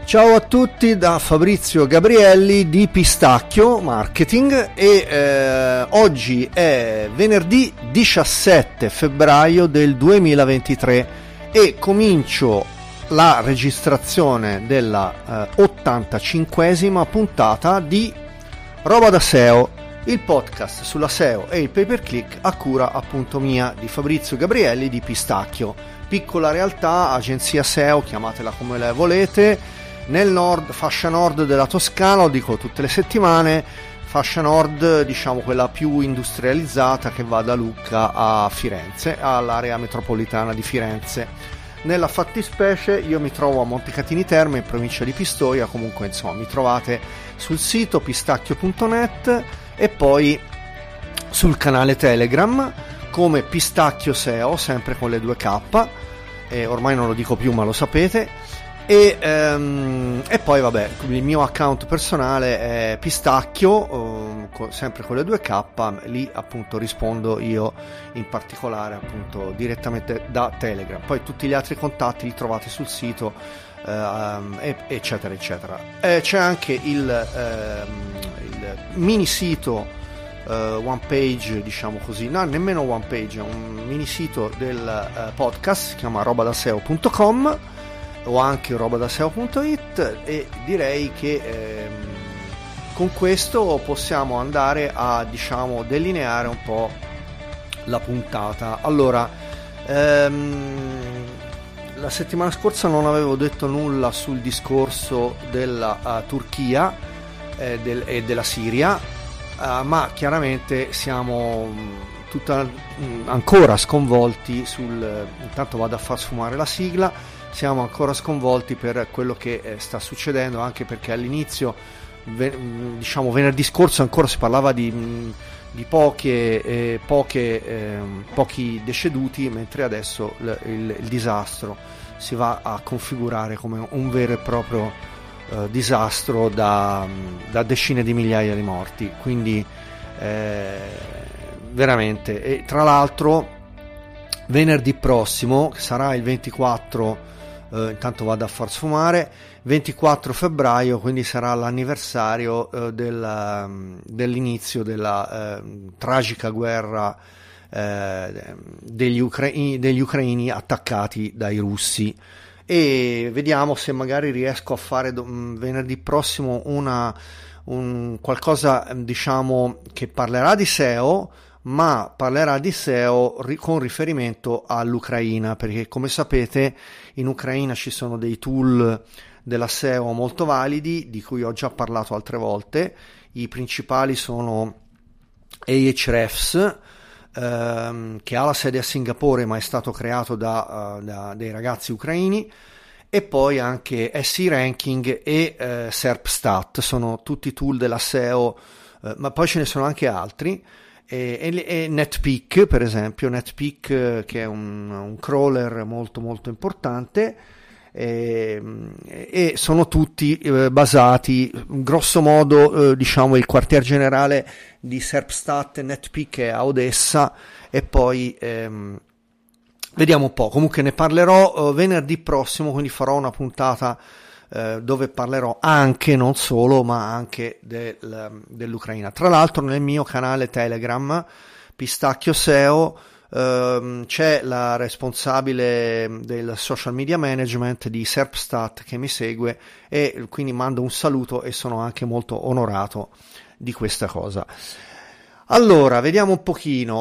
Ciao a tutti da Fabrizio Gabrielli di Pistacchio Marketing e oggi è venerdì 17 febbraio del 2023 e comincio la registrazione della 85esima puntata di Roba da SEO, il podcast sulla SEO e il pay per click a cura appunto mia di Fabrizio Gabrielli di Pistacchio, piccola realtà, agenzia SEO, chiamatela come la volete, nel nord, fascia nord della Toscana, lo dico tutte le settimane, fascia nord diciamo quella più industrializzata che va da Lucca a Firenze, all'area metropolitana di Firenze. Nella fattispecie io mi trovo a Montecatini Terme in provincia di Pistoia, comunque insomma mi trovate sul sito pistacchio.net e poi sul canale Telegram come Pistacchio SEO, sempre con le 2K, ormai non lo dico più ma lo sapete. E poi vabbè, il mio account personale è Pistacchio, sempre con le 2K, lì appunto rispondo io in particolare appunto direttamente da Telegram. Poi tutti gli altri contatti li trovate sul sito, eccetera eccetera. C'è anche il mini sito one page, diciamo così, no, nemmeno one page, è un mini sito del podcast, si chiama robadaseo.com o anche robadaseo.it, e direi che con questo possiamo andare a, diciamo, delineare un po' la puntata. Allora, la settimana scorsa non avevo detto nulla sul discorso della Turchia e della Siria, ma chiaramente siamo ancora sconvolti intanto vado a far sfumare la sigla. Siamo ancora sconvolti per quello che sta succedendo, anche perché all'inizio, diciamo venerdì scorso, ancora si parlava di pochi deceduti, mentre adesso il disastro si va a configurare come un vero e proprio disastro da decine di migliaia di morti. Quindi veramente, e tra l'altro venerdì prossimo, che sarà il 24, intanto vado a far sfumare, 24 febbraio, quindi sarà l'anniversario dell'inizio della tragica guerra degli ucraini attaccati dai russi, e vediamo se magari riesco a fare venerdì prossimo un qualcosa, diciamo, che parlerà di SEO, ma parlerà di SEO con riferimento all'Ucraina, perché come sapete in Ucraina ci sono dei tool della SEO molto validi, di cui ho già parlato altre volte. I principali sono Ahrefs, che ha la sede a Singapore ma è stato creato da dei ragazzi ucraini, e poi anche SE Ranking e SERPstat, sono tutti tool della SEO, ma poi ce ne sono anche altri. E NetPeak, per esempio, NetPeak che è un crawler molto molto importante, e sono tutti basati grosso modo, diciamo, il quartier generale di SERPstat e NetPeak è a Odessa, e poi vediamo un po', comunque ne parlerò venerdì prossimo, quindi farò una puntata dove parlerò anche, non solo, ma anche dell'Ucraina. Tra l'altro nel mio canale Telegram Pistacchio SEO c'è la responsabile del social media management di SERPstat che mi segue, e quindi mando un saluto e sono anche molto onorato di questa cosa. Allora, vediamo un pochino.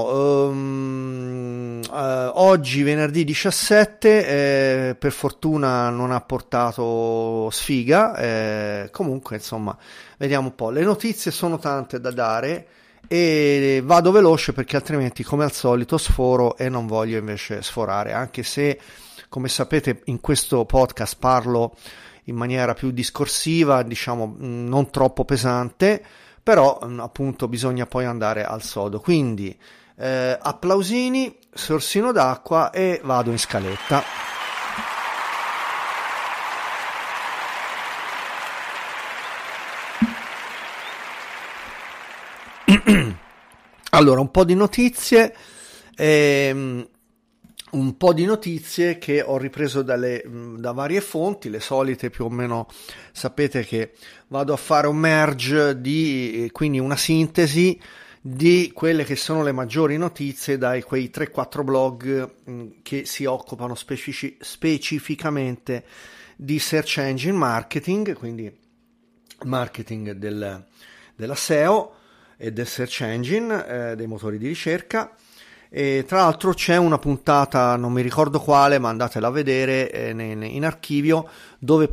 Oggi venerdì 17, per fortuna non ha portato sfiga, comunque insomma vediamo un po'. Le notizie sono tante da dare e vado veloce perché altrimenti, come al solito, sforo e non voglio invece sforare, anche se, come sapete, in questo podcast parlo in maniera più discorsiva, diciamo non troppo pesante, però appunto bisogna poi andare al sodo. Quindi applausini, sorsino d'acqua e vado in scaletta. Allora, un po' di notizie. un po' di notizie che ho ripreso da varie fonti, le solite più o meno. Sapete che vado a fare un merge, quindi una sintesi di quelle che sono le maggiori notizie da quei 3-4 blog che si occupano specificamente di search engine marketing, quindi marketing della SEO e del search engine, dei motori di ricerca. E tra l'altro c'è una puntata, non mi ricordo quale, ma andatela a vedere in archivio, dove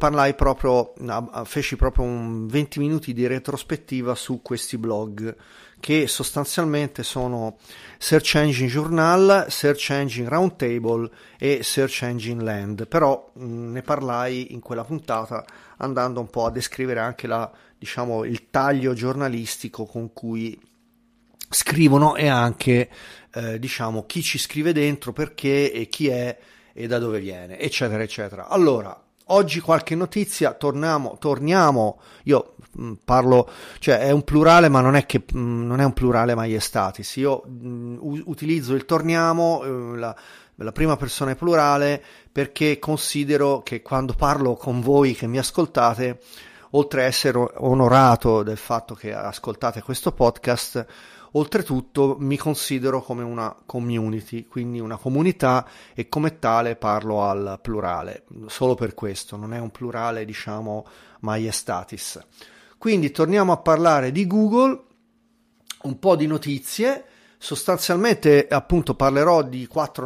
feci proprio un 20 minuti di retrospettiva su questi blog, che sostanzialmente sono Search Engine Journal, Search Engine Roundtable e Search Engine Land. Però ne parlai in quella puntata, andando un po' a descrivere anche il taglio giornalistico con cui scrivono, e anche chi ci scrive dentro, perché e chi è e da dove viene, eccetera eccetera. Allora, oggi qualche notizia, torniamo, io parlo, cioè è un plurale, ma non è un plurale maiestatis. Io utilizzo il torniamo, la prima persona è plurale, perché considero che quando parlo con voi che mi ascoltate, oltre a essere onorato del fatto che ascoltate questo podcast, oltretutto mi considero come una community, quindi una comunità, e come tale parlo al plurale, solo per questo, non è un plurale maiestatis. Quindi torniamo a parlare di Google, un po' di notizie. Sostanzialmente appunto parlerò di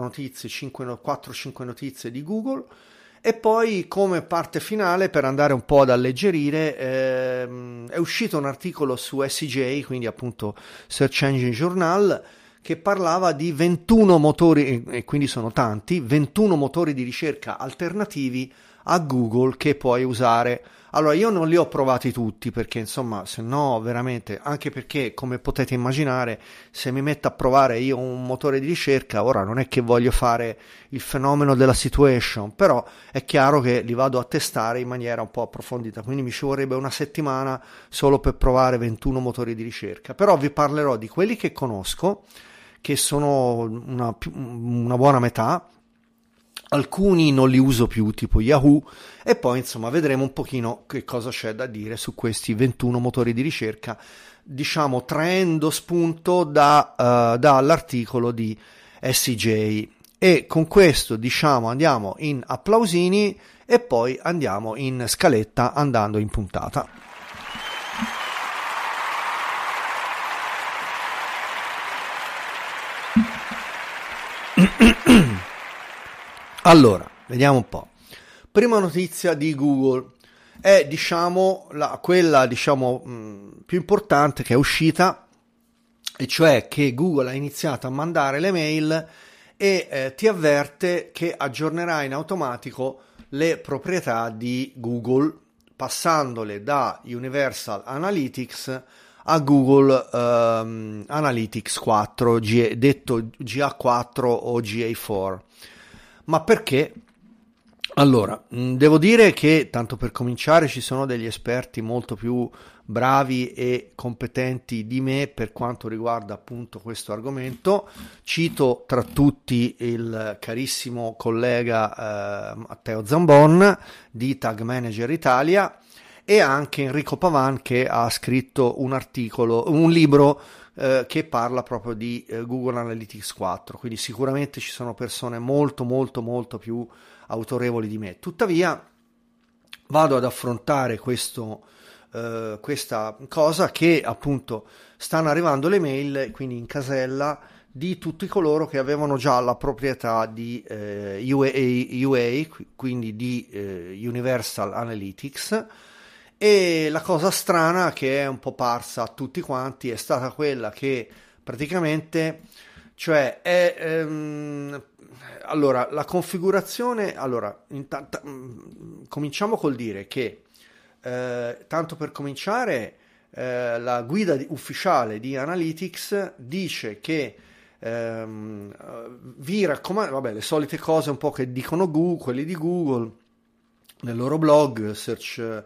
4-5 notizie di Google, e poi, come parte finale, per andare un po' ad alleggerire, è uscito un articolo su SEJ, quindi appunto Search Engine Journal, che parlava di 21 motori, e quindi sono tanti, 21 motori di ricerca alternativi a Google che puoi usare. Allora, io non li ho provati tutti, perché insomma, se no veramente, anche perché, come potete immaginare, se mi metto a provare io un motore di ricerca, ora non è che voglio fare il fenomeno della situation, però è chiaro che li vado a testare in maniera un po' approfondita, quindi mi ci vorrebbe una settimana solo per provare 21 motori di ricerca. Però vi parlerò di quelli che conosco, che sono una buona metà. Alcuni non li uso più, tipo Yahoo, e poi insomma vedremo un pochino che cosa c'è da dire su questi 21 motori di ricerca, traendo spunto dall'articolo di SEJ. E con questo andiamo in applausini e poi andiamo in scaletta, andando in puntata. Allora, vediamo un po'. Prima notizia di Google è quella più importante che è uscita, e cioè che Google ha iniziato a mandare le mail e ti avverte che aggiornerà in automatico le proprietà di Google, passandole da Universal Analytics a Google Analytics 4, detto GA4 o GA4. Ma perché? Allora, devo dire che, tanto per cominciare, ci sono degli esperti molto più bravi e competenti di me per quanto riguarda appunto questo argomento. Cito tra tutti il carissimo collega Matteo Zambon di Tag Manager Italia, e anche Enrico Pavan, che ha scritto un libro che parla proprio di Google Analytics 4, quindi sicuramente ci sono persone molto molto molto più autorevoli di me. Tuttavia vado ad affrontare questa cosa, che appunto stanno arrivando le mail, quindi in casella, di tutti coloro che avevano già la proprietà di UA, quindi di Universal Analytics. E la cosa strana, che è un po' parsa a tutti quanti, è stata quella che praticamente, cioè allora la configurazione, cominciamo col dire che tanto per cominciare, la guida ufficiale di Analytics dice che vi raccomando, le solite cose un po' che dicono quelli di Google nel loro blog, search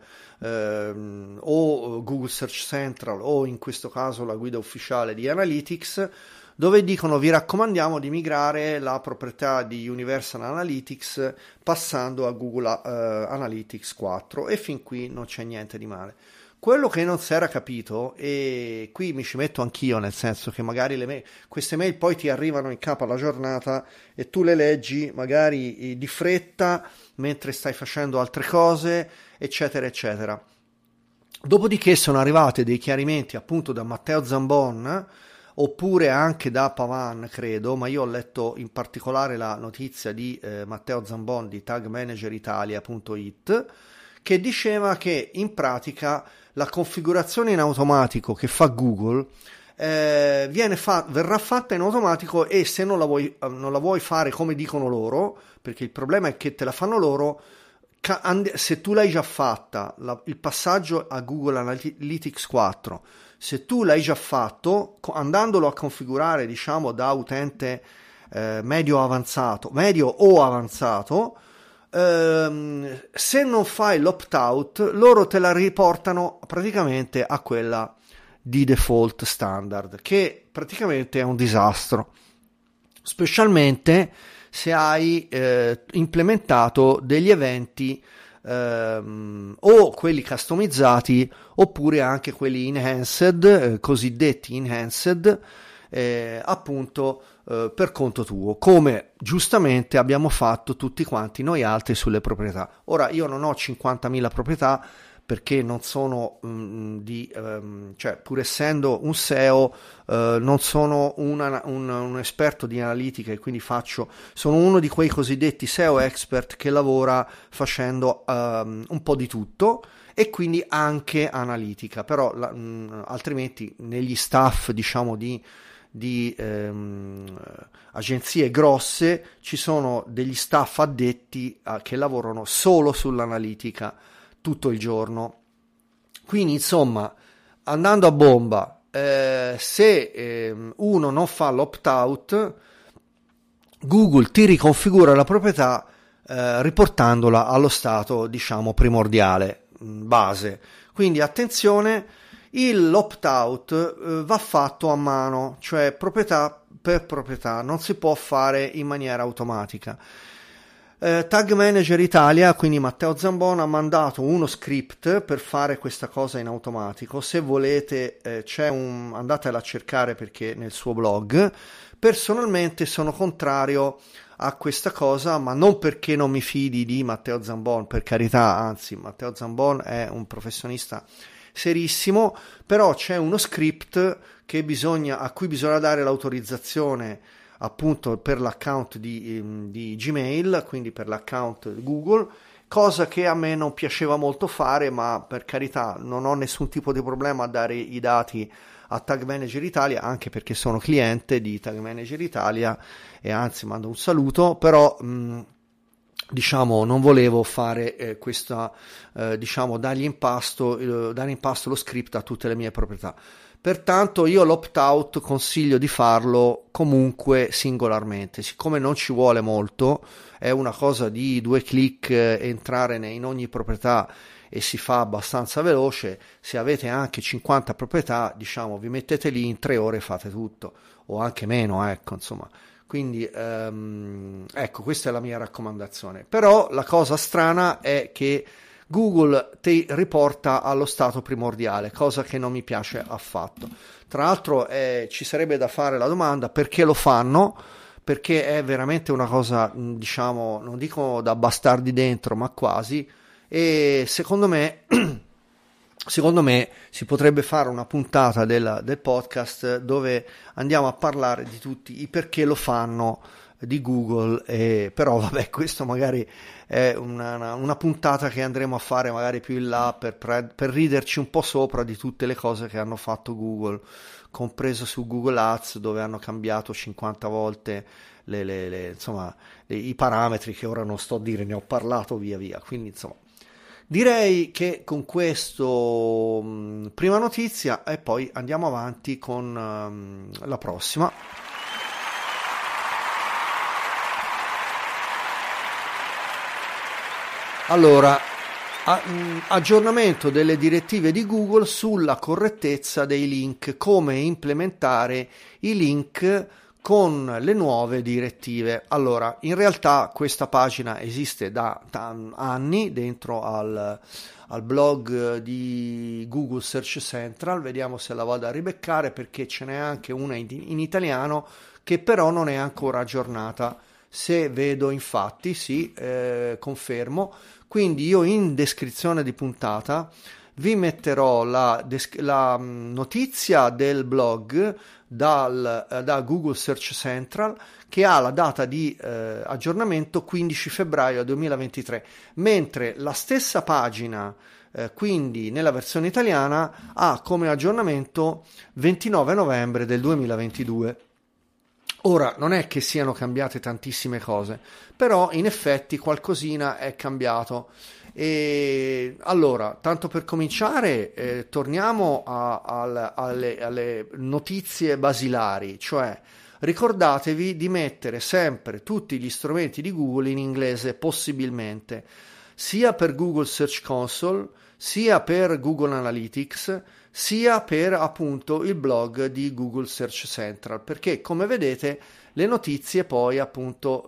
o Google Search Central, o in questo caso la guida ufficiale di Analytics, dove dicono vi raccomandiamo di migrare la proprietà di Universal Analytics passando a Google Analytics 4, e fin qui non c'è niente di male. Quello che non si era capito, e qui mi ci metto anch'io, nel senso che magari queste mail poi ti arrivano in capo alla giornata e tu le leggi magari di fretta mentre stai facendo altre cose, eccetera eccetera. Dopodiché sono arrivati dei chiarimenti appunto da Matteo Zambon, oppure anche da Pavan, credo, ma io ho letto in particolare la notizia di Matteo Zambon di tagmanageritalia.it, che diceva che in pratica la configurazione in automatico che fa Google verrà fatta in automatico, e se non la vuoi fare come dicono loro, perché il problema è che te la fanno loro, se tu l'hai già fatta, il passaggio a Google Analytics 4, se tu l'hai già fatto, andandolo a configurare diciamo da utente medio o avanzato, se non fai l'opt-out, loro te la riportano praticamente a quella di default standard, che praticamente è un disastro, specialmente se hai implementato degli eventi o quelli customizzati oppure anche quelli enhanced, cosiddetti enhanced, appunto per conto tuo, come giustamente abbiamo fatto tutti quanti noi altri sulle proprietà. Ora io non ho 50.000 proprietà, perché non sono cioè pur essendo un SEO non sono un esperto di analitica, e quindi sono uno di quei cosiddetti SEO expert che lavora facendo un po' di tutto, e quindi anche analitica, però altrimenti negli staff diciamo di agenzie grosse ci sono degli staff addetti che lavorano solo sull'analitica tutto il giorno. Quindi insomma, andando a bomba, se uno non fa l'opt-out, Google ti riconfigura la proprietà riportandola allo stato diciamo primordiale, base. Quindi attenzione, l'opt-out va fatto a mano, cioè proprietà per proprietà, non si può fare in maniera automatica. Tag Manager Italia, quindi Matteo Zambon, ha mandato uno script per fare questa cosa in automatico. Se volete andatela a cercare, perché nel suo blog. Personalmente sono contrario a questa cosa, ma non perché non mi fidi di Matteo Zambon, per carità, anzi Matteo Zambon è un professionista serissimo, però c'è uno script a cui bisogna dare l'autorizzazione appunto per l'account di Gmail, quindi per l'account Google, cosa che a me non piaceva molto fare, ma per carità non ho nessun tipo di problema a dare i dati a Tag Manager Italia, anche perché sono cliente di Tag Manager Italia e anzi mando un saluto, però diciamo non volevo fare questa diciamo dargli in pasto lo script a tutte le mie proprietà. Pertanto io l'opt-out consiglio di farlo comunque singolarmente, siccome non ci vuole molto, è una cosa di 2 click entrare in ogni proprietà e si fa abbastanza veloce. Se avete anche 50 proprietà, diciamo, vi mettete lì, in 3 ore fate tutto, o anche meno, ecco, insomma. Quindi ecco, questa è la mia raccomandazione. Però la cosa strana è che Google ti riporta allo stato primordiale, cosa che non mi piace affatto. Tra l'altro ci sarebbe da fare la domanda perché lo fanno, perché è veramente una cosa, diciamo, non dico da bastardi dentro, ma quasi, e secondo me si potrebbe fare una puntata del podcast dove andiamo a parlare di tutti i perché lo fanno di Google, però vabbè, questo magari è una puntata che andremo a fare magari più in là per riderci un po' sopra di tutte le cose che hanno fatto compreso su Google Ads, dove hanno cambiato 50 volte insomma, i parametri, che ora non sto a dire, ne ho parlato via. Quindi insomma direi che con questo prima notizia, e poi andiamo avanti con la prossima. Allora, Aggiornamento delle direttive di Google sulla correttezza dei link, come implementare i link con le nuove direttive. Allora, in realtà questa pagina esiste da anni dentro al blog di Google Search Central. Vediamo se la vado a ribeccare, perché ce n'è anche una in italiano che però non è ancora aggiornata. Se vedo, infatti, sì, confermo. Quindi io in descrizione di puntata vi metterò la notizia del blog da Google Search Central, che ha la data di aggiornamento 15 febbraio 2023, mentre la stessa pagina, quindi nella versione italiana, ha come aggiornamento 29 novembre del 2022. Ora, non è che siano cambiate tantissime cose, però in effetti qualcosina è cambiato. E allora, tanto per cominciare, torniamo alle notizie basilari, cioè ricordatevi di mettere sempre tutti gli strumenti di Google in inglese, possibilmente, sia per Google Search Console, sia per Google Analytics, sia per appunto il blog di Google Search Central, perché come vedete le notizie poi appunto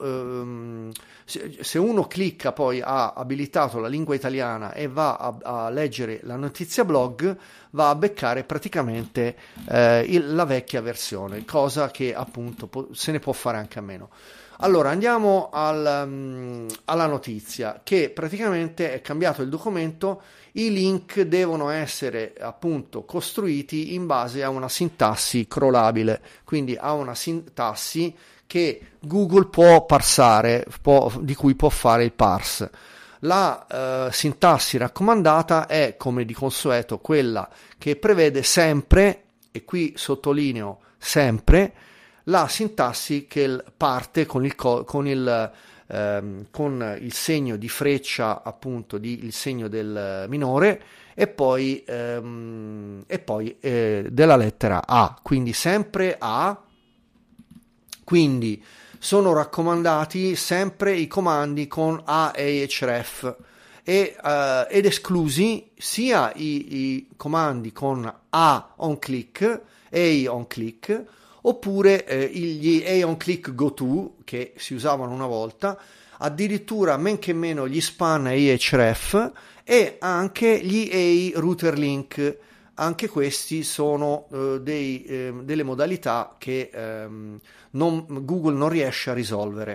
se uno clicca, poi ha abilitato la lingua italiana e va a leggere la notizia blog, va a beccare praticamente la vecchia versione, cosa che appunto se ne può fare anche a meno. Allora andiamo alla notizia, che praticamente è cambiato il documento. I link devono essere appunto costruiti in base a una sintassi crawlabile, quindi a una sintassi che Google può parsare, di cui può fare il parse. La sintassi raccomandata è, come di consueto, quella che prevede sempre, e qui sottolineo sempre, la sintassi che parte con il segno di freccia, appunto il segno del minore, e poi della lettera A, quindi sempre A. Quindi sono raccomandati sempre i comandi con Ahref ed esclusi sia i comandi con A on click, oppure gli aOnClick GoTo, che si usavano una volta, addirittura men che meno gli span Ahref e anche gli aRouterLink. Anche questi sono delle modalità che Google non riesce a risolvere.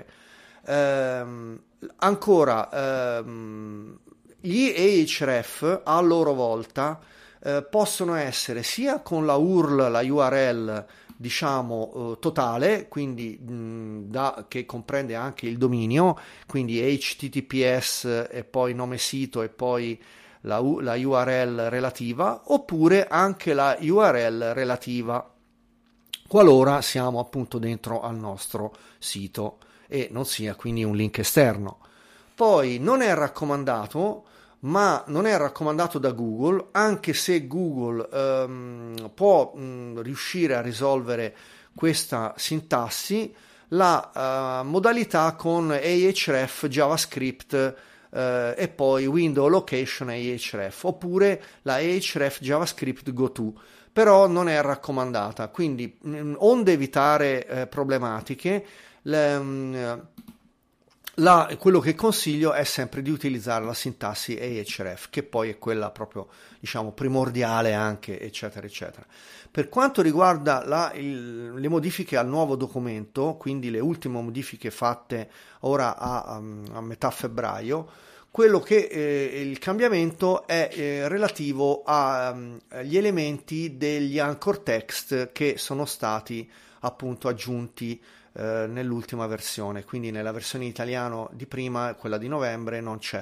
Ancora, gli Ahref a loro volta possono essere sia con la URL, la URL, diciamo totale, quindi che comprende anche il dominio, quindi HTTPS e poi nome sito e poi la URL relativa, oppure anche la URL relativa qualora siamo appunto dentro al nostro sito e non sia quindi un link esterno. Poi non è raccomandato, ma non è raccomandato da Google, anche se Google può riuscire a risolvere questa sintassi, la modalità con Ahref JavaScript e poi window location Ahref, oppure la Ahref JavaScript GoTo, però non è raccomandata. Quindi onde evitare problematiche, quello che consiglio è sempre di utilizzare la sintassi Ahref, che poi è quella proprio, diciamo, primordiale anche, eccetera eccetera. Per quanto riguarda le modifiche al nuovo documento, quindi le ultime modifiche fatte ora a metà febbraio, quello che il cambiamento è relativo agli elementi degli anchor text che sono stati appunto aggiunti nell'ultima versione, quindi nella versione italiana di prima, quella di novembre, non c'è.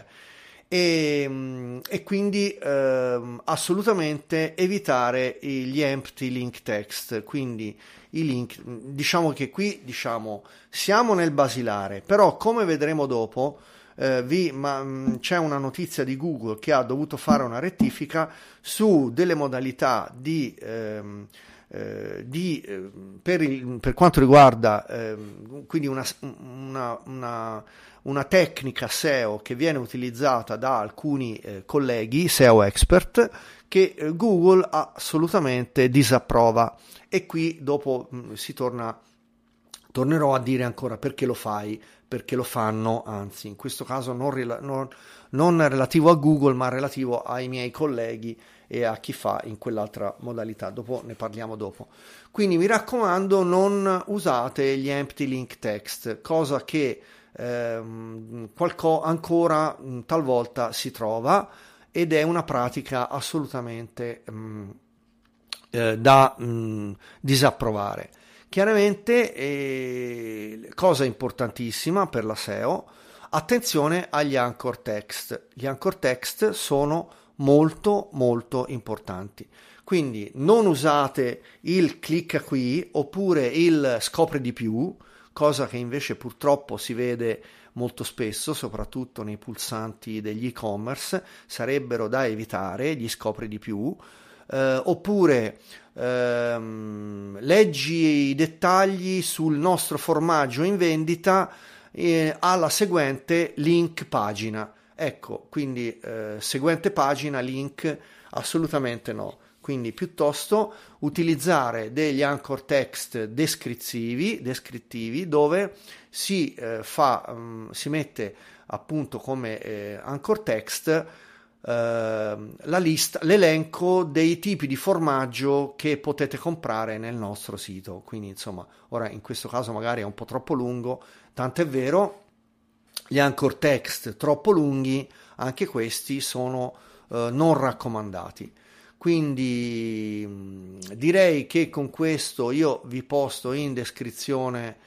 E quindi assolutamente evitare gli empty link text, quindi i link, diciamo che qui siamo nel basilare, però come vedremo dopo c'è una notizia di Google che ha dovuto fare una rettifica su delle modalità di per quanto riguarda quindi una tecnica SEO che viene utilizzata da alcuni colleghi SEO expert che Google assolutamente disapprova, e qui dopo tornerò a dire ancora perché lo fai, perché lo fanno, anzi in questo caso non relativo a Google ma relativo ai miei colleghi e a chi fa in quell'altra modalità. Dopo ne parliamo dopo. Quindi mi raccomando, non usate gli empty link text, cosa che ancora talvolta si trova, ed è una pratica assolutamente da disapprovare. Chiaramente, cosa importantissima per la SEO, attenzione agli anchor text. Gli anchor text sono molto molto importanti, quindi non usate il clicca qui oppure il scopri di più, cosa che invece purtroppo si vede molto spesso, soprattutto nei pulsanti degli e-commerce. Sarebbero da evitare gli scopri di più, oppure leggi i dettagli sul nostro formaggio in vendita alla seguente link pagina. Ecco, quindi seguente pagina, link, assolutamente no. Quindi piuttosto utilizzare degli anchor text descrittivi dove si mette appunto come anchor text l'elenco dei tipi di formaggio che potete comprare nel nostro sito. Quindi insomma, ora in questo caso magari è un po' troppo lungo, tant'è vero, gli anchor text troppo lunghi, anche questi sono non raccomandati. Quindi direi che con questo io vi posto in descrizione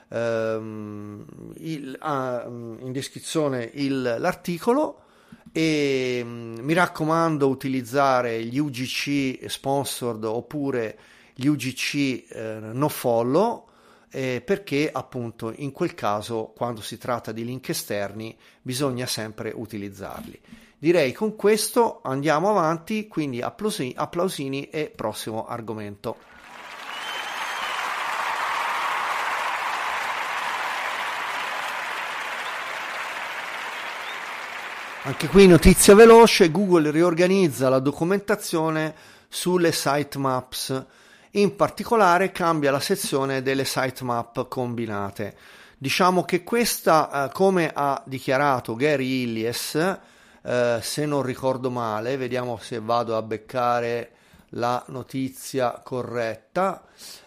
l'articolo, e mi raccomando utilizzare gli UGC sponsored oppure gli UGC no follow, perché appunto in quel caso, quando si tratta di link esterni, bisogna sempre utilizzarli. Direi con questo andiamo avanti, quindi applausini e prossimo argomento. Anche qui notizia veloce: Google riorganizza la documentazione sulle sitemaps, in particolare cambia la sezione delle sitemap combinate. Diciamo che questa, come ha dichiarato Gary Illies, se non ricordo male, vediamo se vado a beccare la notizia corretta,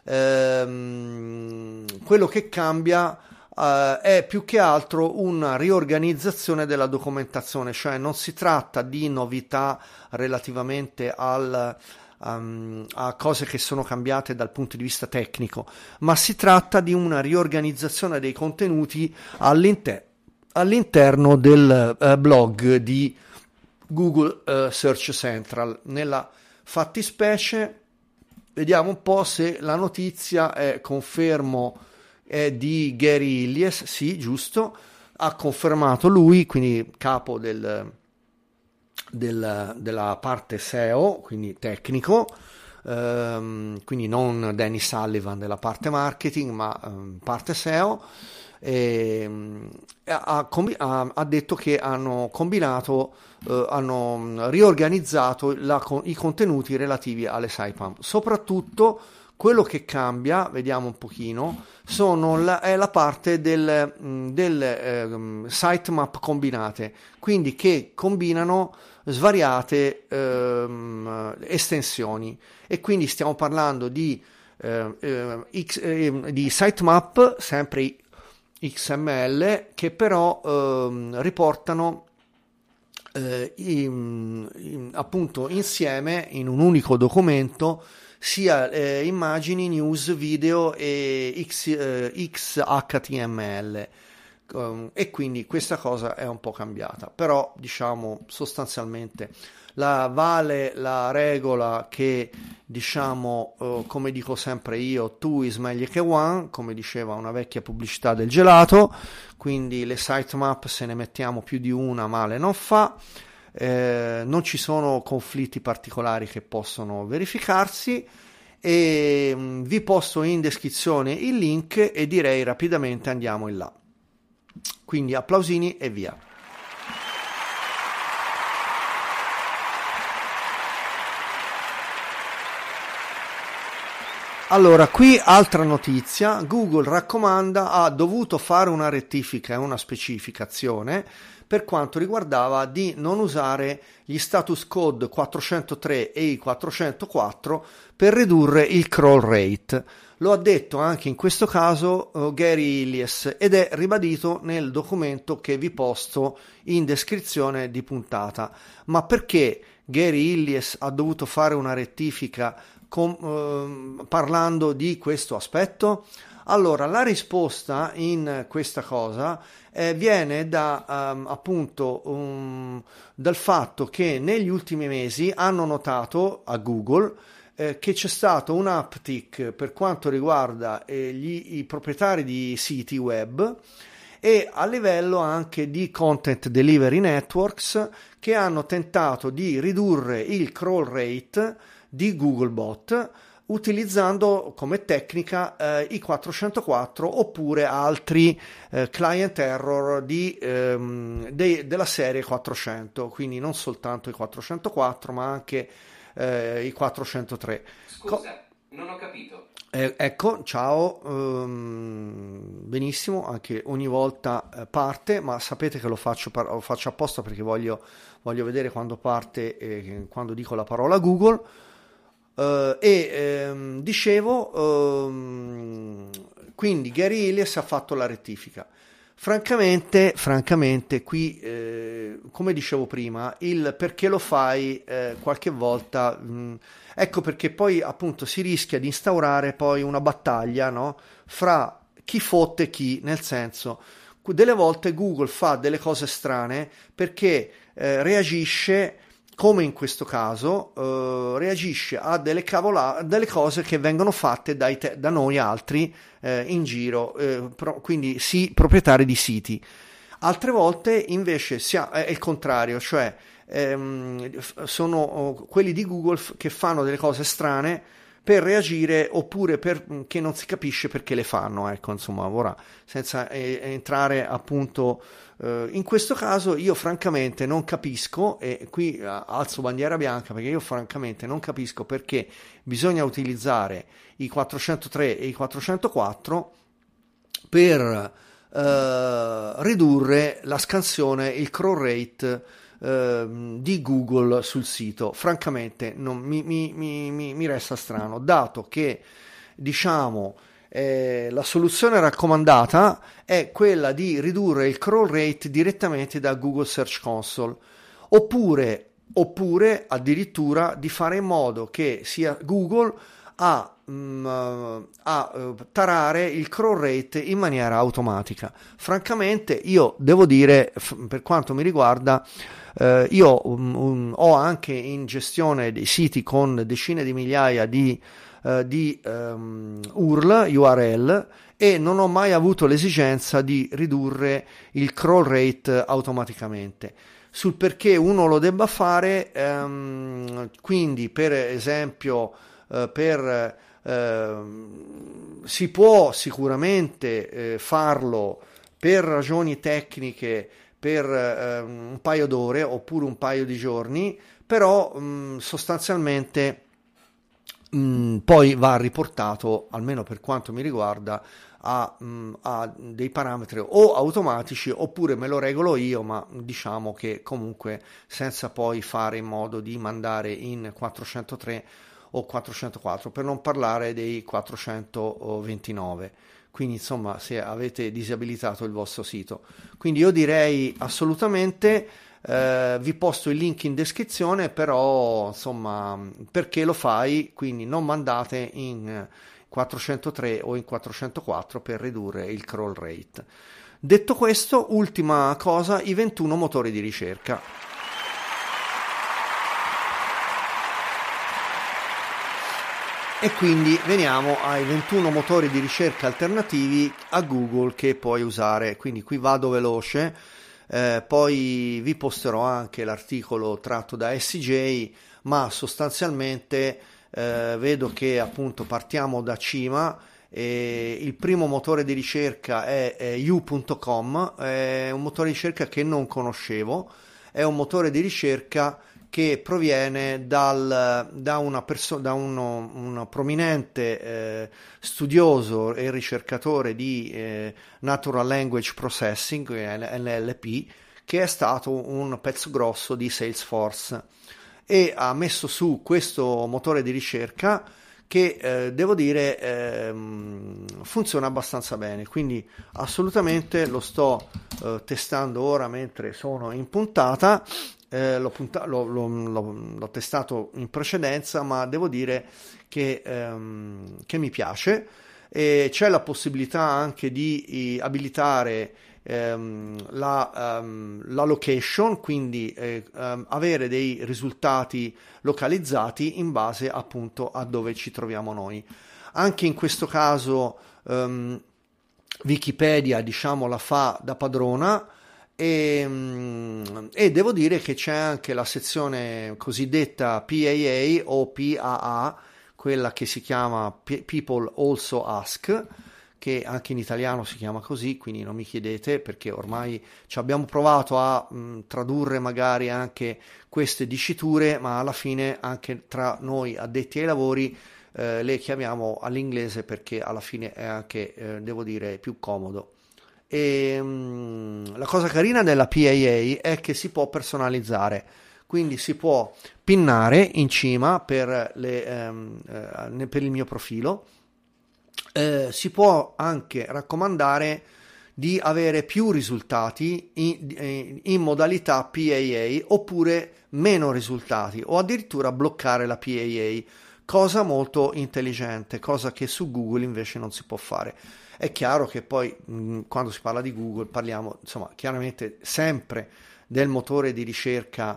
quello che cambia è più che altro una riorganizzazione della documentazione, cioè non si tratta di novità relativamente a cose che sono cambiate dal punto di vista tecnico, ma si tratta di una riorganizzazione dei contenuti all'interno del blog di Google Search Central. Nella fattispecie vediamo un po' se la notizia è di Gary Illies, sì, giusto, ha confermato lui, quindi capo della parte SEO, quindi tecnico, quindi non Danny Sullivan della parte marketing, ma parte SEO. Ha detto che hanno riorganizzato i contenuti relativi alle sitemap. Soprattutto quello che cambia, vediamo un pochino, è la parte delle sitemap combinate, quindi che combinano svariate estensioni, e quindi stiamo parlando di sitemap sempre XML, che però riportano appunto insieme in un unico documento sia immagini, news, video e XHTML, e quindi questa cosa è un po' cambiata, però diciamo sostanzialmente vale la regola che, diciamo, come dico sempre io, two is meglio che one, come diceva una vecchia pubblicità del gelato. Quindi le sitemap, se ne mettiamo più di una, male non fa. Non ci sono conflitti particolari che possono verificarsi, e vi posto in descrizione il link e direi rapidamente andiamo in là. Quindi applausini e via. Allora, qui altra notizia, Google raccomanda, ha dovuto fare una rettifica e una specificazione per quanto riguardava di non usare gli status code 403 e i 404 per ridurre il crawl rate. Lo ha detto anche in questo caso Gary Illyes ed è ribadito nel documento che vi posto in descrizione di puntata. Ma perché Gary Illyes ha dovuto fare una rettifica parlando di questo aspetto? Allora, la risposta in questa cosa viene da appunto dal fatto che negli ultimi mesi hanno notato a Google che c'è stato un uptick per quanto riguarda i proprietari di siti web e a livello anche di content delivery networks che hanno tentato di ridurre il crawl rate di Googlebot utilizzando come tecnica i 404 oppure altri client error della serie 400, quindi non soltanto i 404 ma anche i 403. Scusa, non ho capito. Ecco, ciao, benissimo, anche ogni volta parte, ma sapete che lo faccio apposta perché voglio vedere quando parte, quando dico la parola Google. Dicevo, quindi Gary Illyes ha fatto la rettifica. Francamente qui, come dicevo prima, il perché lo fai qualche volta, ecco perché poi appunto si rischia di instaurare poi una battaglia, no? Fra chi fotte chi, nel senso, delle volte Google fa delle cose strane perché reagisce, come in questo caso, reagisce a delle cose che vengono fatte da noi altri in giro, quindi sì, proprietari di siti. Altre volte invece è il contrario, cioè sono quelli di Google che fanno delle cose strane per reagire oppure che non si capisce perché le fanno, ecco, insomma, ora senza entrare appunto in questo caso io francamente non capisco, e qui alzo bandiera bianca perché io francamente non capisco perché bisogna utilizzare i 403 e i 404 per ridurre la scansione, il crawl rate di Google sul sito. Francamente mi resta strano, dato che diciamo la soluzione raccomandata è quella di ridurre il crawl rate direttamente da Google Search Console oppure addirittura di fare in modo che sia Google a tarare il crawl rate in maniera automatica. Francamente io devo dire, per quanto mi riguarda, io ho anche in gestione dei siti con decine di migliaia di URL e non ho mai avuto l'esigenza di ridurre il crawl rate automaticamente. Sul perché uno lo debba fare, quindi per esempio si può sicuramente farlo per ragioni tecniche per un paio d'ore oppure un paio di giorni, però sostanzialmente poi va riportato, almeno per quanto mi riguarda, a dei parametri o automatici oppure me lo regolo io, ma diciamo che comunque senza poi fare in modo di mandare in 403 o 404, per non parlare dei 429. Quindi insomma, se avete disabilitato il vostro sito, quindi io direi assolutamente vi posto il link in descrizione, però insomma, perché lo fai, quindi non mandate in 403 o in 404 per ridurre il crawl rate. Detto questo, ultima cosa, i 21 motori di ricerca. E quindi veniamo ai 21 motori di ricerca alternativi a Google che puoi usare. Quindi qui vado veloce, poi vi posterò anche l'articolo tratto da SJ, ma sostanzialmente vedo che appunto partiamo da cima. Il primo motore di ricerca è you.com, è un motore di ricerca che non conoscevo, è un motore di ricerca che proviene da un prominente studioso e ricercatore di Natural Language Processing, NLP, che è stato un pezzo grosso di Salesforce e ha messo su questo motore di ricerca che devo dire funziona abbastanza bene, quindi assolutamente lo sto testando ora mentre sono in puntata. L'ho testato in precedenza, ma devo dire che mi piace. E c'è la possibilità anche di abilitare la location, quindi avere dei risultati localizzati in base appunto a dove ci troviamo noi. Anche in questo caso Wikipedia, diciamo, la fa da padrona. E devo dire che c'è anche la sezione cosiddetta PAA o PAA, quella che si chiama People Also Ask, che anche in italiano si chiama così, quindi non mi chiedete perché ormai ci abbiamo provato a tradurre magari anche queste diciture, ma alla fine anche tra noi addetti ai lavori le chiamiamo all'inglese perché alla fine è anche, devo dire, più comodo. E la cosa carina della PAA è che si può personalizzare, quindi si può pinnare in cima per il mio profilo. Si può anche raccomandare di avere più risultati in modalità PAA oppure meno risultati, o addirittura bloccare la PAA, cosa molto intelligente, cosa che su Google invece non si può fare. È chiaro che poi quando si parla di Google parliamo, insomma, chiaramente sempre del motore di ricerca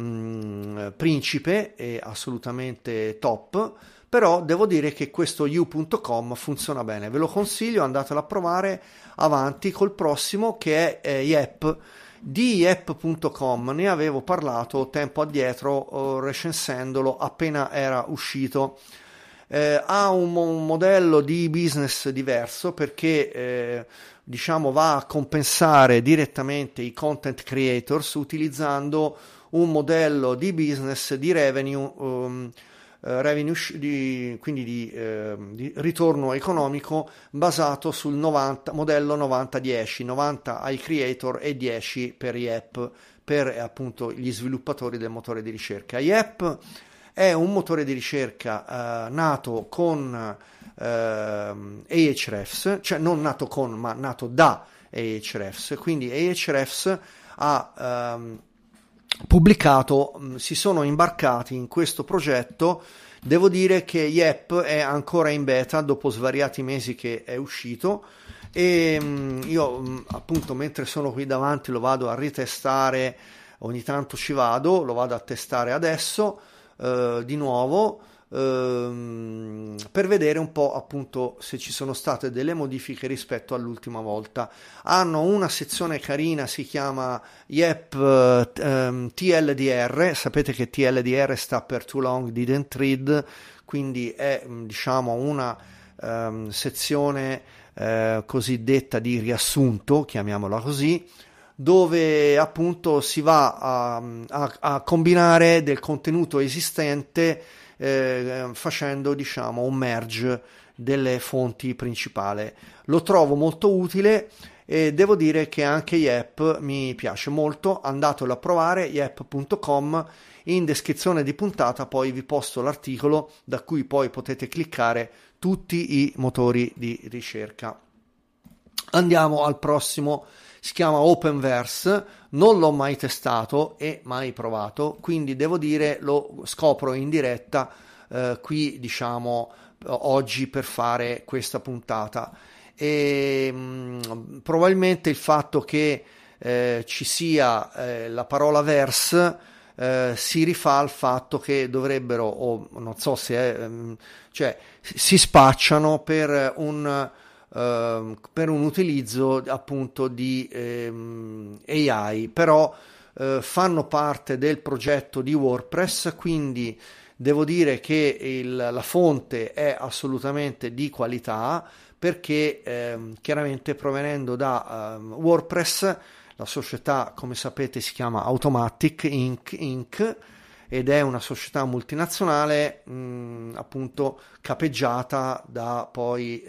principe e assolutamente top, però devo dire che questo you.com funziona bene, ve lo consiglio, andatelo a provare. Avanti col prossimo, che è Yep. Di Yep.com ne avevo parlato tempo addietro recensendolo appena era uscito. Ha un modello di business diverso perché diciamo va a compensare direttamente i content creators utilizzando un modello di business di revenue, quindi di ritorno economico basato sul modello 90-10, 90 ai creator e 10 per Yep, per appunto gli sviluppatori del motore di ricerca. Yep è un motore di ricerca nato con Ahrefs, cioè non nato con, ma nato da Ahrefs, quindi Ahrefs ha pubblicato, si sono imbarcati in questo progetto. Devo dire che Yep è ancora in beta dopo svariati mesi che è uscito e io appunto mentre sono qui davanti lo vado a ritestare, ogni tanto ci vado, lo vado a testare adesso di nuovo per vedere un po' appunto se ci sono state delle modifiche rispetto all'ultima volta. Hanno una sezione carina, si chiama Yep TLDR, sapete che TLDR sta per Too Long Didn't Read, quindi è diciamo una sezione cosiddetta di riassunto, chiamiamola così, dove appunto si va a combinare del contenuto esistente facendo diciamo un merge delle fonti principali. Lo trovo molto utile e devo dire che anche Yep mi piace molto. Andatelo a provare, yep.com. In descrizione di puntata poi vi posto l'articolo da cui poi potete cliccare tutti i motori di ricerca. Andiamo al prossimo. Si chiama Openverse, non l'ho mai testato e mai provato, quindi devo dire lo scopro in diretta qui diciamo oggi per fare questa puntata e probabilmente il fatto che ci sia la parola verse si rifà al fatto che dovrebbero, o non so se è, cioè si spacciano per un utilizzo appunto di AI, però fanno parte del progetto di WordPress, quindi devo dire che la fonte è assolutamente di qualità, perché chiaramente provenendo da WordPress, la società, come sapete, si chiama Automattic Inc. Ed è una società multinazionale appunto capeggiata da poi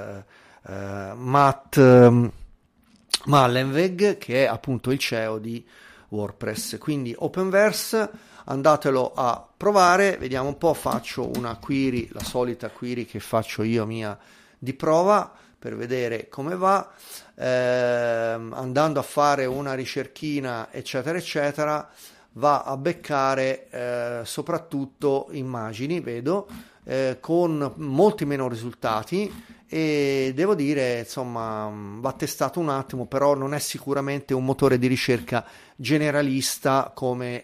Matt Mullenweg, che è appunto il CEO di WordPress. Quindi Openverse, andatelo a provare, vediamo un po', faccio una query, la solita query che faccio io mia di prova per vedere come va, andando a fare una ricerchina eccetera eccetera, va a beccare soprattutto immagini, vedo, con molti meno risultati, e devo dire, insomma, va testato un attimo, però non è sicuramente un motore di ricerca generalista come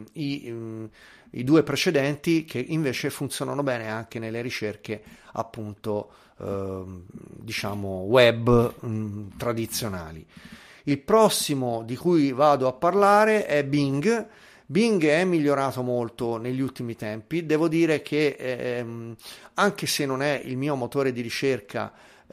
i due precedenti, che invece funzionano bene anche nelle ricerche appunto diciamo web tradizionali. Il prossimo di cui vado a parlare è Bing. Bing è migliorato molto negli ultimi tempi, devo dire che anche se non è il mio motore di ricerca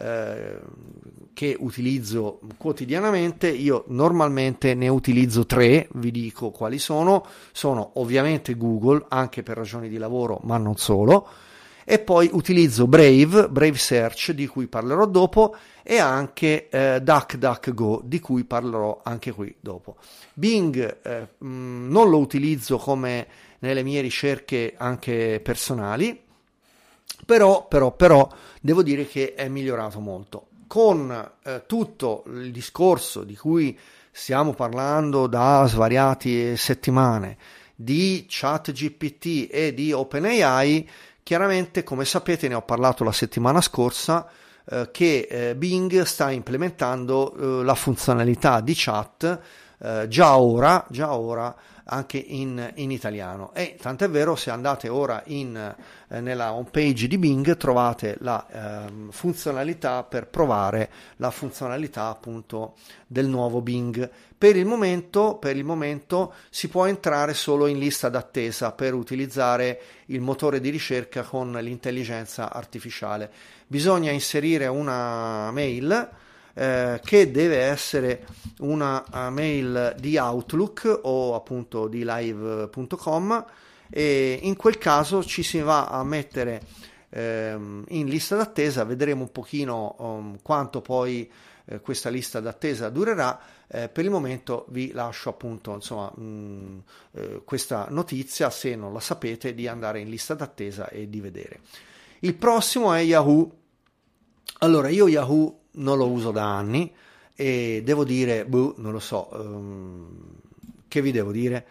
che utilizzo quotidianamente, io normalmente ne utilizzo 3, vi dico quali sono ovviamente Google, anche per ragioni di lavoro, ma non solo, e poi utilizzo Brave Search, di cui parlerò dopo, e anche DuckDuckGo, di cui parlerò anche qui dopo. Bing non lo utilizzo come nelle mie ricerche anche personali, però devo dire che è migliorato molto. Con tutto il discorso di cui stiamo parlando da svariate settimane, di ChatGPT e di OpenAI, chiaramente, come sapete, ne ho parlato la settimana scorsa, che Bing sta implementando la funzionalità di chat già ora anche in italiano, e tant'è vero, se andate ora nella homepage di Bing trovate la funzionalità per provare la funzionalità appunto del nuovo Bing. Per il momento si può entrare solo in lista d'attesa per utilizzare il motore di ricerca con l'intelligenza artificiale. Bisogna inserire una mail che deve essere una mail di Outlook o appunto di live.com, e in quel caso ci si va a mettere in lista d'attesa. Vedremo un pochino quanto poi questa lista d'attesa durerà. Per il momento vi lascio appunto, insomma, questa notizia, se non la sapete, di andare in lista d'attesa e di vedere. Il prossimo è Yahoo. Allora, io Yahoo non lo uso da anni e devo dire, non lo so, che vi devo dire,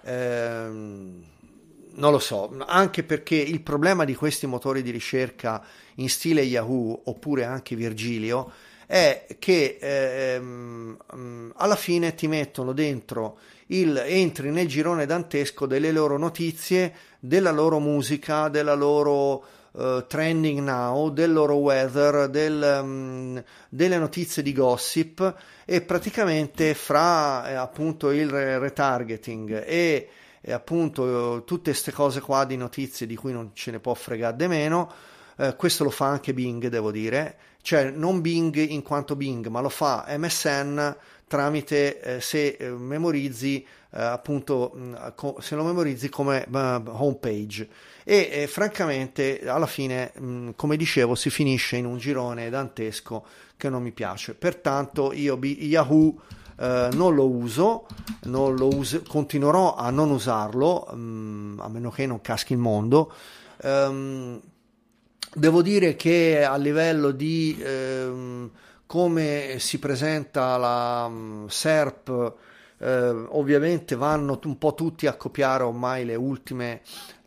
non lo so, anche perché il problema di questi motori di ricerca in stile Yahoo oppure anche Virgilio è che alla fine ti mettono dentro entri nel girone dantesco delle loro notizie, della loro musica, della loro trending now, del loro weather, delle notizie di gossip, e praticamente fra appunto il retargeting e appunto tutte queste cose qua di notizie di cui non ce ne può fregare di meno, questo lo fa anche Bing, devo dire, cioè non Bing in quanto Bing, ma lo fa MSN tramite se memorizzi appunto se lo memorizzi come homepage, e francamente alla fine come dicevo si finisce in un girone dantesco che non mi piace. Pertanto io Yahoo non lo uso, continuerò a non usarlo a meno che non caschi il mondo. Devo dire che a livello di come si presenta la SERP, ovviamente vanno un po' tutti a copiare ormai le ultime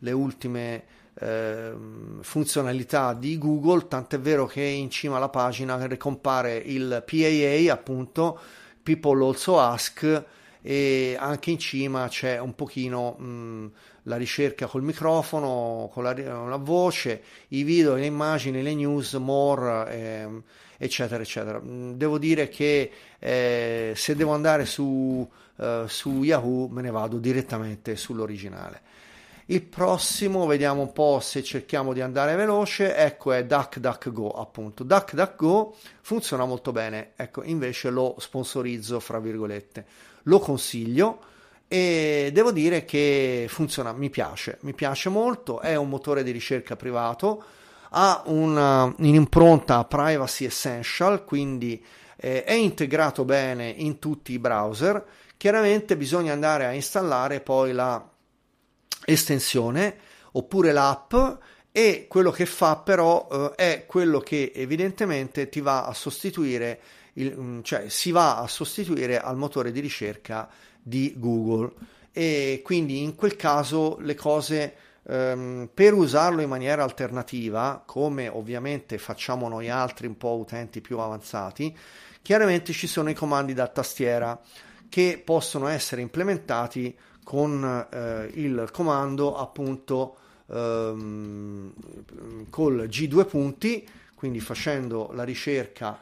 funzionalità di Google, tant'è vero che in cima alla pagina ricompare il PAA, appunto People Also Ask, e anche in cima c'è un pochino la ricerca col microfono, con la voce, i video, le immagini, le news, more, eccetera eccetera. Devo dire che se devo andare su Yahoo me ne vado direttamente sull'originale. Il prossimo, vediamo un po' se cerchiamo di andare veloce, ecco è DuckDuckGo, appunto. DuckDuckGo funziona molto bene, ecco, invece lo sponsorizzo, fra virgolette. Lo consiglio e devo dire che funziona, mi piace molto, è un motore di ricerca privato, ha un'impronta privacy essential, quindi è integrato bene in tutti i browser. Chiaramente bisogna andare a installare poi la estensione oppure l'app, e quello che fa però è quello che evidentemente ti va a sostituire cioè si va a sostituire al motore di ricerca di Google, e quindi in quel caso le cose per usarlo in maniera alternativa, come ovviamente facciamo noi altri un po' utenti più avanzati, chiaramente ci sono i comandi da tastiera che possono essere implementati con il comando appunto col G2 punti, quindi facendo la ricerca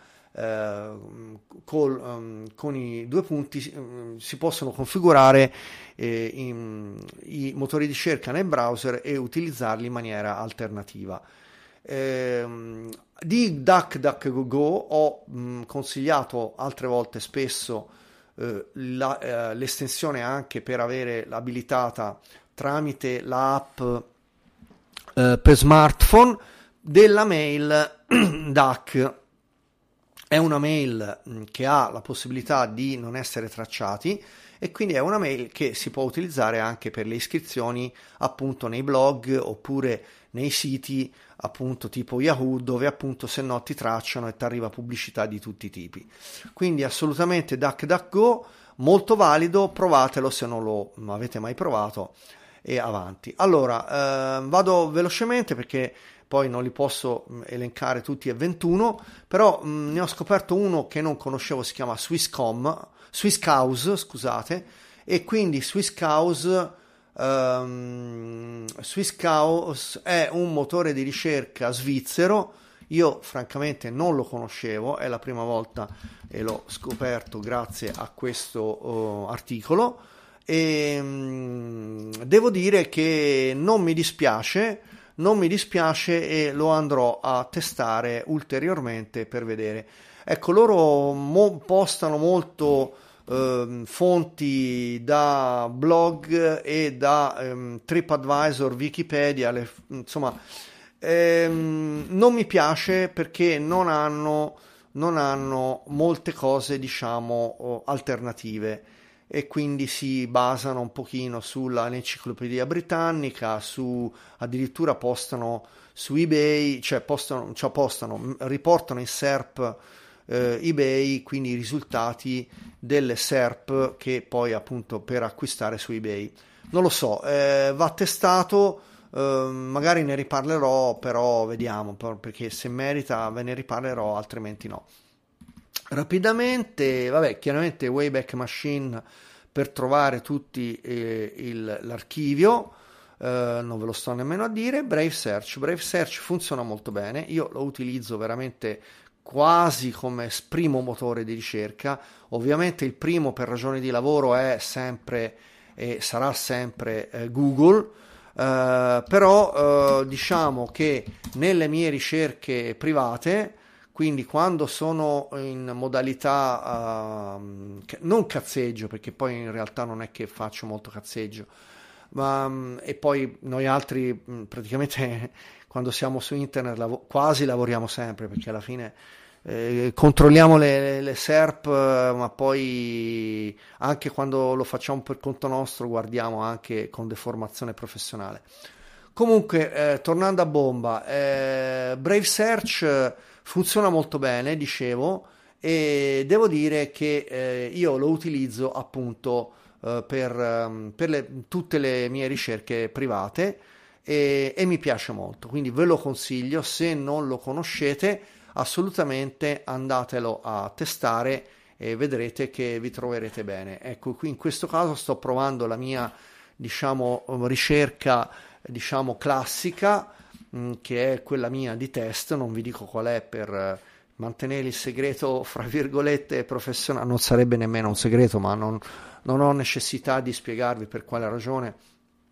con i due punti si possono configurare i motori di ricerca nel browser e utilizzarli in maniera alternativa. Di DuckDuckGo ho consigliato altre volte spesso l'estensione anche per avere abilitata tramite l'app per smartphone della mail Duck. È una mail che ha la possibilità di non essere tracciati, e quindi è una mail che si può utilizzare anche per le iscrizioni appunto nei blog oppure nei siti appunto tipo Yahoo, dove appunto se no ti tracciano e ti arriva pubblicità di tutti i tipi. Quindi assolutamente DuckDuckGo, molto valido, provatelo se non lo avete mai provato, e avanti. Allora vado velocemente perché poi non li posso elencare tutti e 21, però ne ho scoperto uno che non conoscevo, si chiama Swisscows, scusate, e quindi Swisscows è un motore di ricerca svizzero. Io francamente non lo conoscevo, è la prima volta e l'ho scoperto grazie a questo articolo, e devo dire che non mi dispiace e lo andrò a testare ulteriormente per vedere. Ecco, loro postano molto fonti da blog e da TripAdvisor, Wikipedia, insomma non mi piace perché non hanno molte cose, diciamo, alternative, e quindi si basano un pochino sull'enciclopedia britannica, addirittura postano su eBay, riportano in SERP eBay, quindi i risultati delle SERP che poi appunto per acquistare su eBay. Non lo so, va testato, magari ne riparlerò, però vediamo, perché se merita ve ne riparlerò, altrimenti no. Rapidamente, vabbè, chiaramente Wayback Machine per trovare tutti l'archivio, non ve lo sto nemmeno a dire. Brave Search funziona molto bene, io lo utilizzo veramente quasi come primo motore di ricerca. Ovviamente il primo per ragioni di lavoro è sempre e sarà sempre Google, però diciamo che nelle mie ricerche private, quindi quando sono in modalità non cazzeggio, perché poi in realtà non è che faccio molto cazzeggio, e poi noi altri praticamente quando siamo su internet quasi lavoriamo sempre, perché alla fine controlliamo le SERP, ma poi anche quando lo facciamo per conto nostro guardiamo anche con deformazione professionale. Comunque tornando a bomba, Brave Search funziona molto bene, dicevo, e devo dire che io lo utilizzo appunto per tutte le mie ricerche private, e mi piace molto, quindi ve lo consiglio. Se non lo conoscete, assolutamente andatelo a testare e vedrete che vi troverete bene. Ecco, qui in questo caso sto provando la mia, diciamo, ricerca, diciamo, classica, che è quella mia di test, non vi dico qual è per mantenere il segreto fra virgolette professionale, non sarebbe nemmeno un segreto, ma non ho necessità di spiegarvi per quale ragione,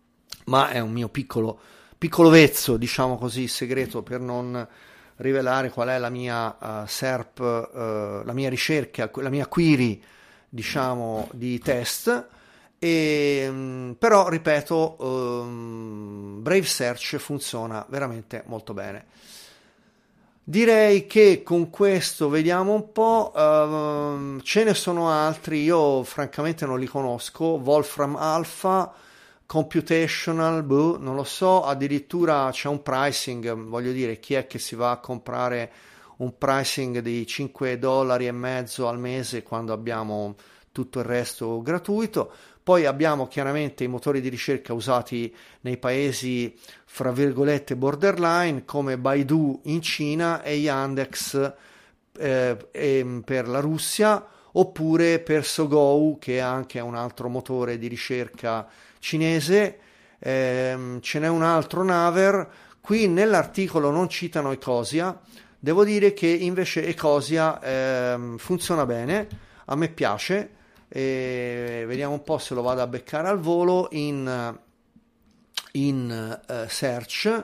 ma è un mio piccolo vezzo, diciamo così, segreto, per non rivelare qual è la mia SERP, la mia ricerca, la mia query, diciamo, di test. Però ripeto, Brave Search funziona veramente molto bene. Direi che con questo vediamo un po', ce ne sono altri, io francamente non li conosco. Wolfram Alpha, Computational, non lo so, addirittura c'è un pricing, voglio dire, chi è che si va a comprare un pricing di $5.50 al mese quando abbiamo tutto il resto gratuito? Poi abbiamo chiaramente i motori di ricerca usati nei paesi fra virgolette borderline, come Baidu in Cina e Yandex per la Russia, oppure per Sogou, che è anche un altro motore di ricerca cinese. Ce n'è un altro, Naver. Qui nell'articolo non citano Ecosia, devo dire che invece Ecosia funziona bene, a me piace. Vediamo un po' se lo vado a beccare al volo in search,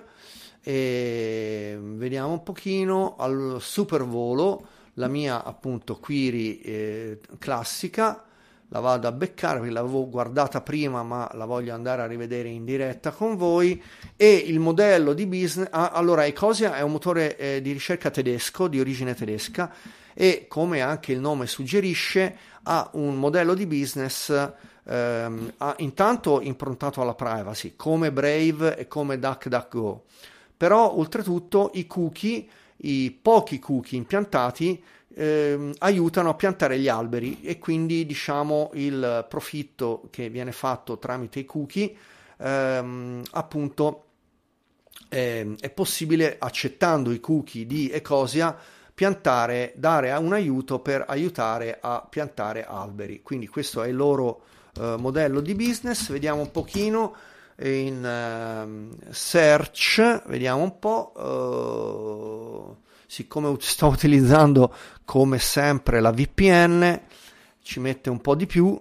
e vediamo un pochino al super volo la mia appunto query classica. La vado a beccare perché l'avevo guardata prima, ma la voglio andare a rivedere in diretta con voi. E il modello di business, allora Ecosia è un motore di ricerca tedesco, di origine tedesca, e come anche il nome suggerisce ha un modello di business intanto improntato alla privacy, come Brave e come DuckDuckGo, però oltretutto i pochi cookie impiantati aiutano a piantare gli alberi, e quindi diciamo il profitto che viene fatto tramite i cookie appunto è possibile, accettando i cookie di Ecosia, dare un aiuto per aiutare a piantare alberi. Quindi questo è il loro modello di business. Vediamo un pochino in search, vediamo un po'. Siccome sto utilizzando come sempre la VPN, ci mette un po' di più,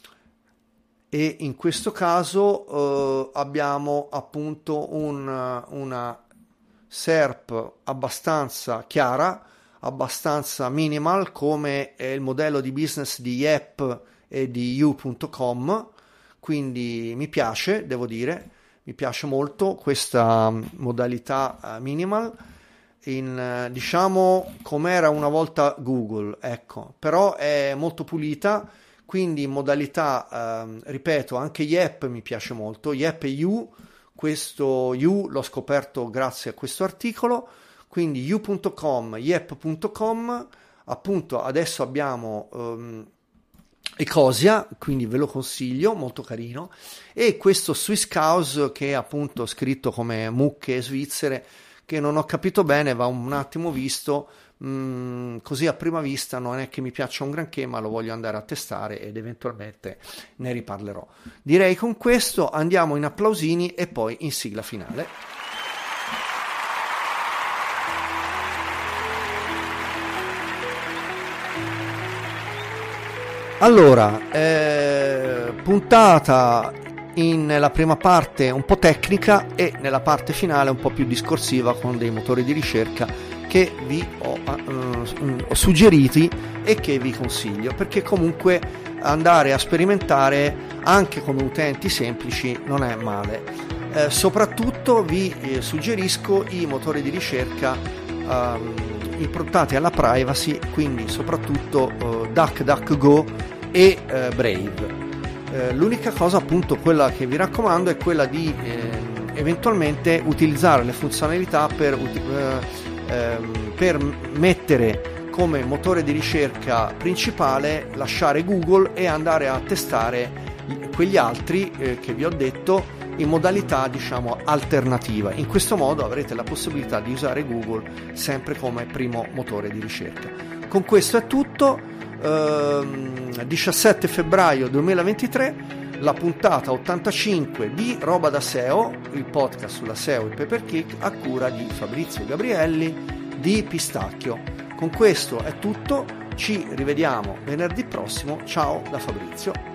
e in questo caso abbiamo appunto una SERP abbastanza chiara, abbastanza minimal, come è il modello di business di Yep e di You.com, quindi mi piace, devo dire, mi piace molto questa modalità minimal, diciamo com'era una volta Google, ecco, però è molto pulita, quindi in modalità ripeto, anche Yep mi piace molto, Yep e You. Questo You l'ho scoperto grazie a questo articolo, quindi You.com, Yep.com, appunto adesso abbiamo Ecosia, quindi ve lo consiglio, molto carino, e questo Swisscows, che è appunto scritto come mucche svizzere, che non ho capito bene, va un attimo visto, così a prima vista non è che mi piaccia un granché, ma lo voglio andare a testare ed eventualmente ne riparlerò. Direi con questo andiamo in applausini e poi in sigla finale. Allora, puntata nella prima parte un po' tecnica e nella parte finale un po' più discorsiva, con dei motori di ricerca che vi ho suggeriti e che vi consiglio, perché comunque andare a sperimentare anche come utenti semplici non è male. Soprattutto vi suggerisco i motori di ricerca improntati alla privacy, quindi soprattutto DuckDuckGo e Brave. L'unica cosa appunto, quella che vi raccomando, è quella di eventualmente utilizzare le funzionalità per mettere come motore di ricerca principale, lasciare Google e andare a testare quegli altri che vi ho detto in modalità diciamo alternativa. In questo modo avrete la possibilità di usare Google sempre come primo motore di ricerca. Con questo è tutto. 17 febbraio 2023, la puntata 85 di Roba da SEO, il podcast sulla SEO e Pay-per-click a cura di Fabrizio Gabrielli di Pistacchio. Con questo è tutto, ci rivediamo venerdì prossimo. Ciao da Fabrizio.